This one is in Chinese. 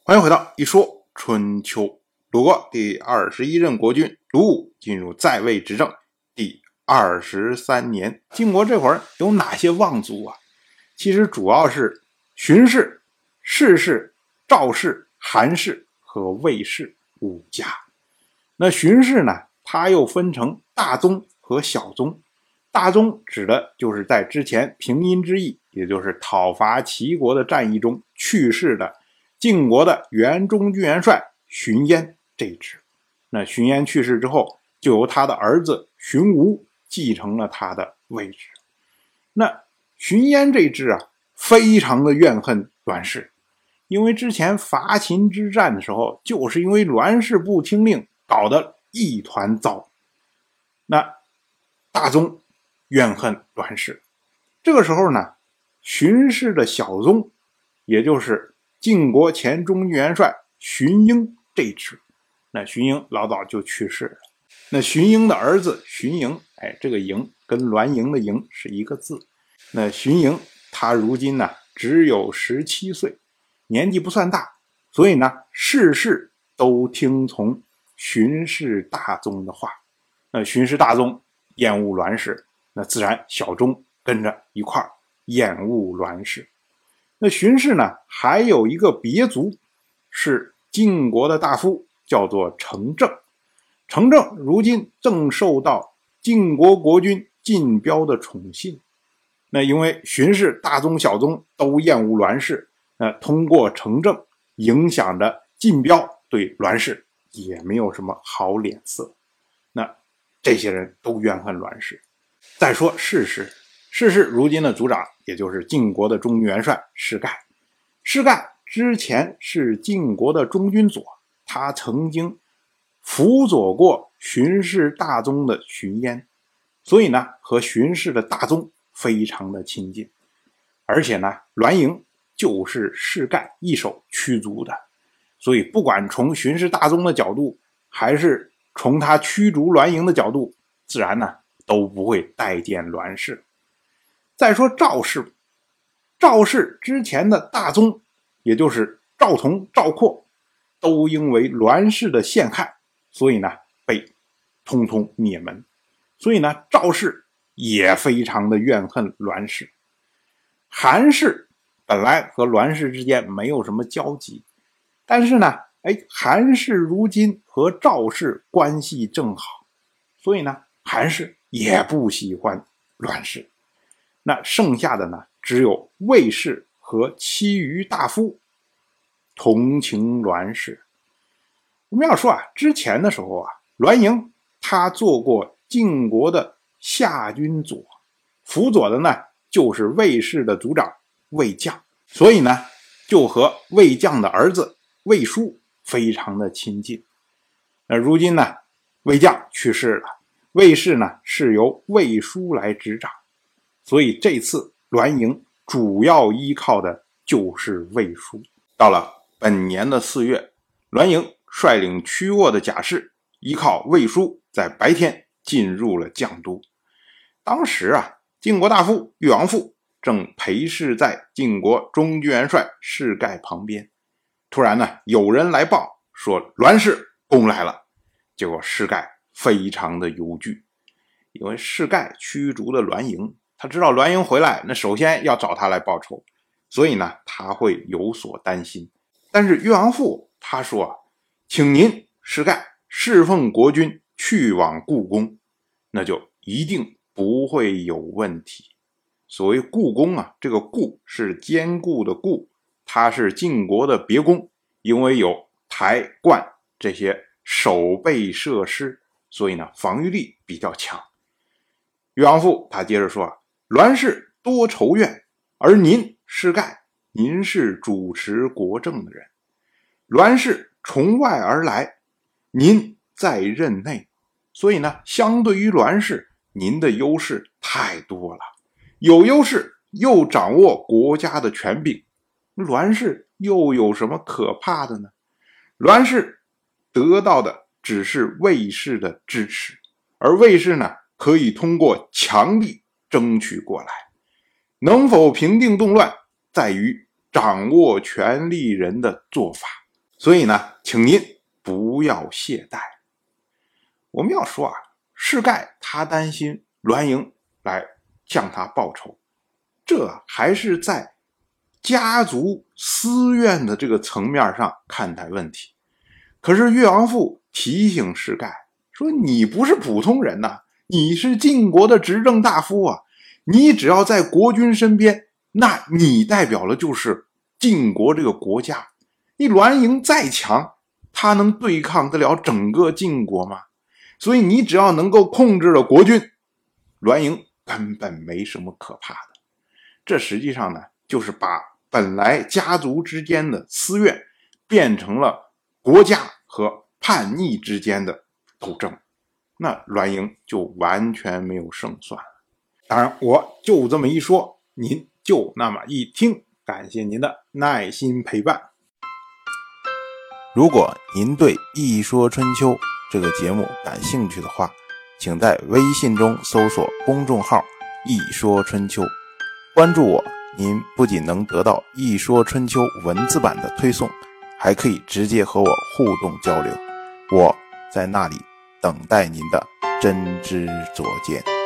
欢迎回到一说春秋。鲁国第21任国君鲁武进入在位执政第23年。晋国这会儿有哪些望族啊？其实主要是荀氏、氏氏、赵氏、韩氏和魏氏5家。那荀氏呢，它又分成大宗和小宗。大宗指的就是在之前平阴之役，也就是讨伐齐国的战役中去世的晋国的原中军元帅荀淹这一支。那荀淹去世之后，就由他的儿子荀吴继承了他的位置。那荀淹这一支啊，非常的怨恨栾氏，因为之前伐秦之战的时候，就是因为栾氏不听令，搞得一团糟。那大宗怨恨栾氏，这个时候呢，荀氏的小宗，也就是晋国前中军元帅荀婴这一支，那荀婴老早就去世了。那荀婴的儿子荀盈，这个盈跟栾盈的盈是一个字。那荀盈他如今呢只有17岁，年纪不算大，所以呢事事都听从荀氏大宗的话。那荀氏大宗厌恶栾氏，那自然小宗跟着一块厌恶栾氏。那荀氏呢还有一个别族，是晋国的大夫，叫做程正。程正如今正受到晋国国君晋彪的宠信。那因为荀氏大宗小宗都厌恶栾氏，那通过程正影响着晋彪对栾氏也没有什么好脸色。那这些人都怨恨栾氏。再说士氏，士氏如今的族长也就是晋国的中军元帅士盖。士盖之前是晋国的中军佐，他曾经辅佐过荀氏大宗的荀淹，所以呢和荀氏的大宗非常的亲近。而且呢栾盈就是士盖一手驱逐的，所以不管从荀氏大宗的角度，还是从他驱逐栾盈的角度，自然呢都不会待见栾氏。再说赵氏，赵氏之前的大宗，也就是赵同、赵括，都因为栾氏的陷害，所以呢被通通灭门。所以呢赵氏也非常的怨恨栾氏。韩氏本来和栾氏之间没有什么交集，但是呢韩氏如今和赵氏关系正好，所以呢韩氏也不喜欢栾氏。那剩下的呢只有魏氏和其余大夫同情栾氏。我们要说之前的时候栾盈他做过晋国的下军佐，辅佐的呢就是魏氏的族长魏绛，所以呢就和魏绛的儿子魏书非常的亲近。那如今呢魏绛去世了，魏氏呢是由魏书来执掌，所以这次栾盈主要依靠的就是魏书。到了本年的4月，栾盈率领屈沃的甲士，依靠魏书在白天进入了绛都。当时晋国大夫越王父正陪侍在晋国中军元帅士盖旁边。突然呢有人来报说栾氏攻来了，结果士盖非常的忧惧，因为士盖驱逐了栾盈，他知道栾盈回来，那首先要找他来报仇，所以呢他会有所担心。但是越王父他说请您士盖侍奉国君去往故宫，那就一定不会有问题。所谓故宫这个故是坚固的固，它是晋国的别宫，因为有台观这些守备设施，所以呢防御力比较强。越王父他接着说栾氏多仇怨，而您士盖，您是主持国政的人，栾氏从外而来，您在任内，所以呢相对于栾氏，您的优势太多了。有优势又掌握国家的权柄，栾氏又有什么可怕的呢？栾氏得到的只是魏氏的支持，而魏氏呢可以通过强力争取过来。能否平定动乱，在于掌握权力人的做法。 所以呢，请您不要懈怠。我们要说啊，士盖他担心栾盈来向他报仇，这还是在家族私怨的这个层面上看待问题。可是越王父提醒士盖说，你不是普通人呐，你是晋国的执政大夫啊，你只要在国君身边，那你代表了就是晋国这个国家。你栾盈再强，他能对抗得了整个晋国吗？所以你只要能够控制了国君，栾盈根本没什么可怕的。这实际上呢，就是把本来家族之间的私怨变成了国家和叛逆之间的斗争，那栾盈就完全没有胜算了。当然我就这么一说，您就那么一听，感谢您的耐心陪伴。如果您对《一说春秋》这个节目感兴趣的话，请在微信中搜索公众号“一说春秋”，关注我，您不仅能得到《一说春秋》文字版的推送，还可以直接和我互动交流。我在那里等待您的真知灼见。